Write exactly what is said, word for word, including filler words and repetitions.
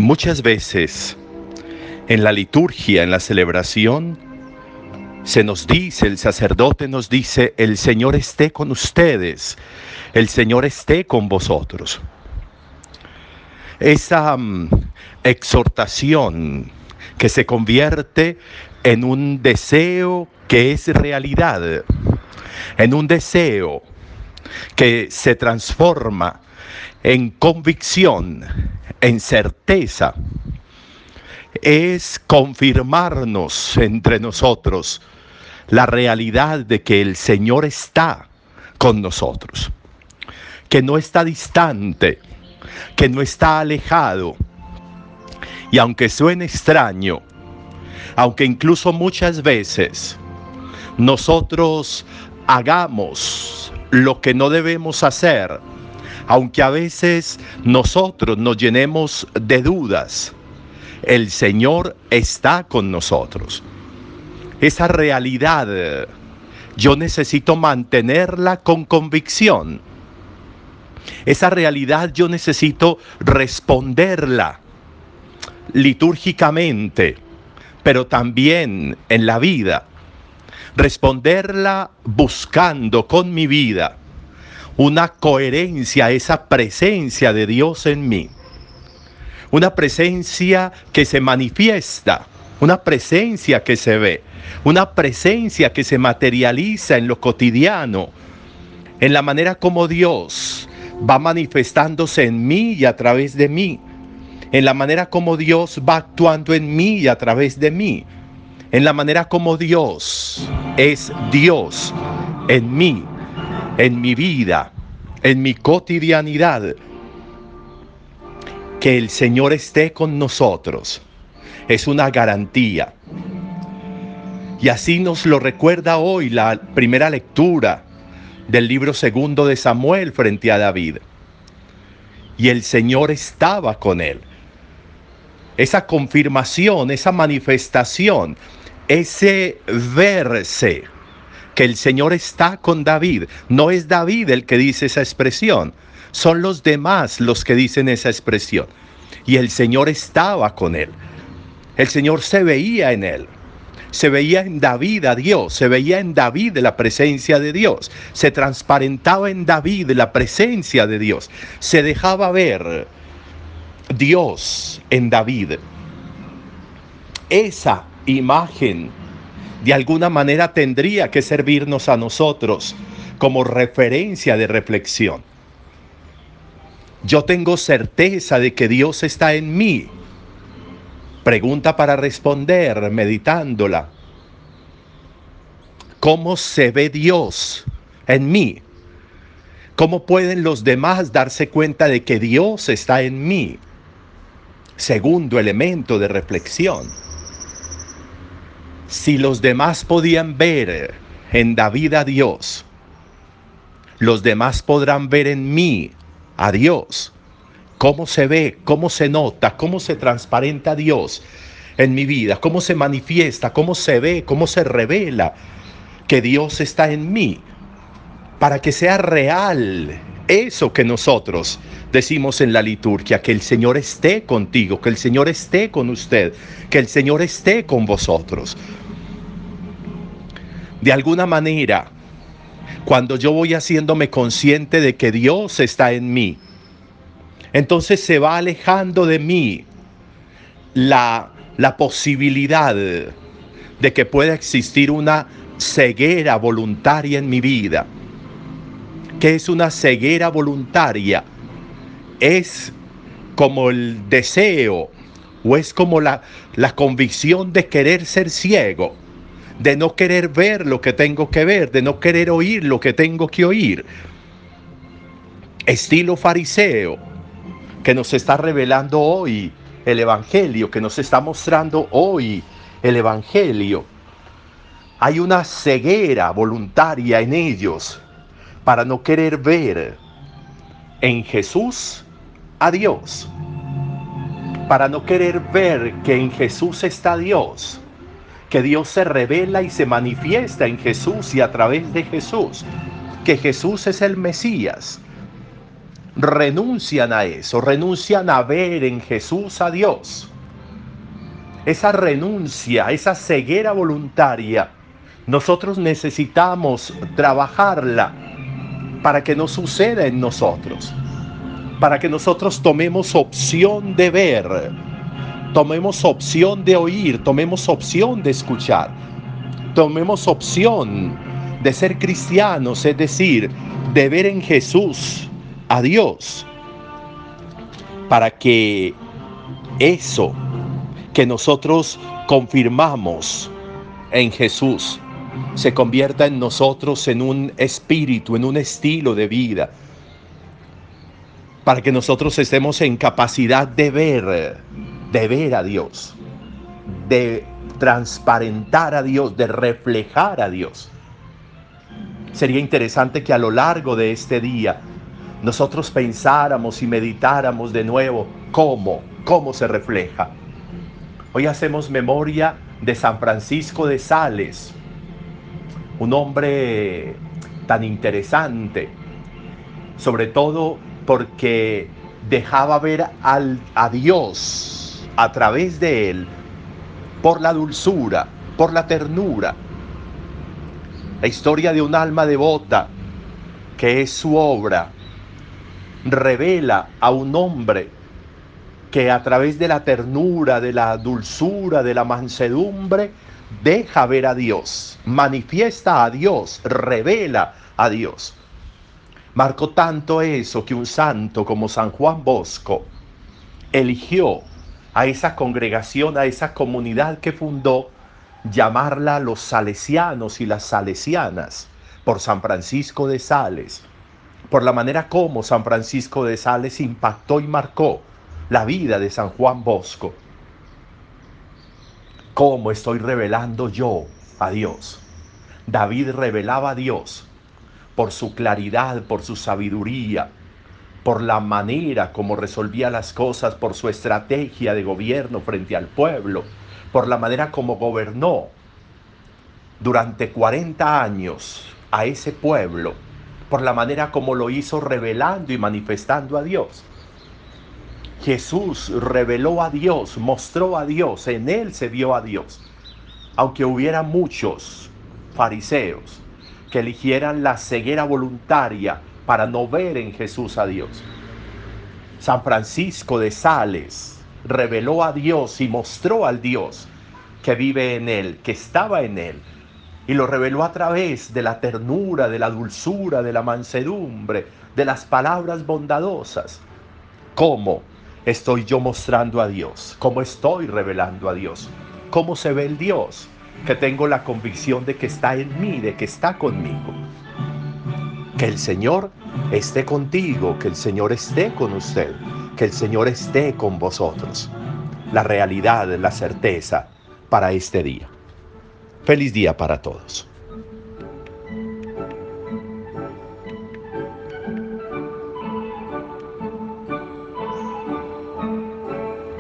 Muchas veces en la liturgia, en la celebración, se nos dice, el sacerdote nos dice, el Señor esté con ustedes, el Señor esté con vosotros. Esa um, exhortación que se convierte en un deseo que es realidad, en un deseo que se transforma en convicción, en certeza, es confirmarnos entre nosotros la realidad de que el Señor está con nosotros, que no está distante, que no está alejado. Y aunque suene extraño, aunque incluso muchas veces nosotros hagamos lo que no debemos hacer, aunque a veces nosotros nos llenemos de dudas, el Señor está con nosotros. Esa realidad yo necesito mantenerla con convicción. Esa realidad yo necesito responderla litúrgicamente, pero también en la vida. Responderla buscando con mi vida una coherencia a esa presencia de Dios en mí. Una presencia que se manifiesta, una presencia que se ve, una presencia que se materializa en lo cotidiano, en la manera como Dios va manifestándose en mí y a través de mí, en la manera como Dios va actuando en mí y a través de mí, en la manera como Dios es Dios en mí, en mi vida, en mi cotidianidad. Que el Señor esté con nosotros es una garantía. Y así nos lo recuerda hoy la primera lectura del libro segundo de Samuel frente a David. Y el Señor estaba con él. Esa confirmación, esa manifestación, ese verse que el Señor está con David. No es David el que dice esa expresión, son los demás los que dicen esa expresión. Y el Señor estaba con él. El Señor se veía en él. Se veía en David a Dios, se veía en David la presencia de Dios, se transparentaba en David la presencia de Dios, se dejaba ver Dios en David. Esa imagen de alguna manera tendría que servirnos a nosotros como referencia de reflexión. Yo tengo certeza de que Dios está en mí. Pregunta para responder, meditándola. ¿Cómo se ve Dios en mí? ¿Cómo pueden los demás darse cuenta de que Dios está en mí? Segundo elemento de reflexión. Si los demás podían ver en David a Dios, los demás podrán ver en mí a Dios. ¿Cómo se ve? ¿Cómo se nota? ¿Cómo se transparenta Dios en mi vida? ¿Cómo se manifiesta? ¿Cómo se ve? ¿Cómo se revela que Dios está en mí? Para que sea real eso que nosotros decimos en la liturgia, que el Señor esté contigo, que el Señor esté con usted, que el Señor esté con vosotros. De alguna manera, cuando yo voy haciéndome consciente de que Dios está en mí, entonces se va alejando de mí la, la posibilidad de que pueda existir una ceguera voluntaria en mi vida. ¿Qué es una ceguera voluntaria? Es como el deseo o es como la, la convicción de querer ser ciego, de no querer ver lo que tengo que ver, de no querer oír lo que tengo que oír. Estilo fariseo que nos está revelando hoy el Evangelio, que nos está mostrando hoy el Evangelio. Hay una ceguera voluntaria en ellos para no querer ver en Jesús a Dios, para no querer ver que en Jesús está Dios, que Dios se revela y se manifiesta en Jesús y a través de Jesús, que Jesús es el Mesías. renuncian a eso, renuncian a ver en Jesús a Dios. Esa renuncia, esa ceguera voluntaria, nosotros necesitamos trabajarla para que no suceda en nosotros, para que nosotros tomemos opción de ver, tomemos opción de oír, tomemos opción de escuchar, tomemos opción de ser cristianos, es decir, de ver en Jesús a Dios, para que eso que nosotros confirmamos en Jesús se convierta en nosotros en un espíritu, en un estilo de vida, para que nosotros estemos en capacidad de ver, de ver a Dios, de transparentar a Dios, de reflejar a Dios. Sería interesante que a lo largo de este día nosotros pensáramos y meditáramos de nuevo cómo, cómo se refleja. Hoy hacemos memoria de San Francisco de Sales, un hombre tan interesante, sobre todo porque dejaba ver al, a Dios a través de él, por la dulzura, por la ternura. La historia de un alma devota, que es su obra, revela a un hombre que a través de la ternura, de la dulzura, de la mansedumbre, deja ver a Dios, manifiesta a Dios, revela a Dios. Marcó tanto eso que un santo como San Juan Bosco eligió a esa congregación, a esa comunidad que fundó, llamarla los salesianos y las salesianas, por San Francisco de Sales, por la manera como San Francisco de Sales impactó y marcó la vida de San Juan Bosco. ¿Cómo estoy revelando yo a Dios? David revelaba a Dios por su claridad, por su sabiduría, por la manera como resolvía las cosas, por su estrategia de gobierno frente al pueblo, por la manera como gobernó durante cuarenta años a ese pueblo, por la manera como lo hizo revelando y manifestando a Dios. Jesús reveló a Dios, mostró a Dios, en él se vio a Dios. Aunque hubiera muchos fariseos que eligieran la ceguera voluntaria para no ver en Jesús a Dios, San Francisco de Sales reveló a Dios y mostró al Dios que vive en él, que estaba en él, y lo reveló a través de la ternura, de la dulzura, de la mansedumbre, de las palabras bondadosas. ¿Cómo estoy yo mostrando a Dios? ¿Cómo estoy revelando a Dios? ¿Cómo se ve el Dios? Que tengo la convicción de que está en mí, de que está conmigo. Que el Señor esté contigo, que el Señor esté con usted, que el Señor esté con vosotros. La realidad, la certeza para este día. Feliz día para todos.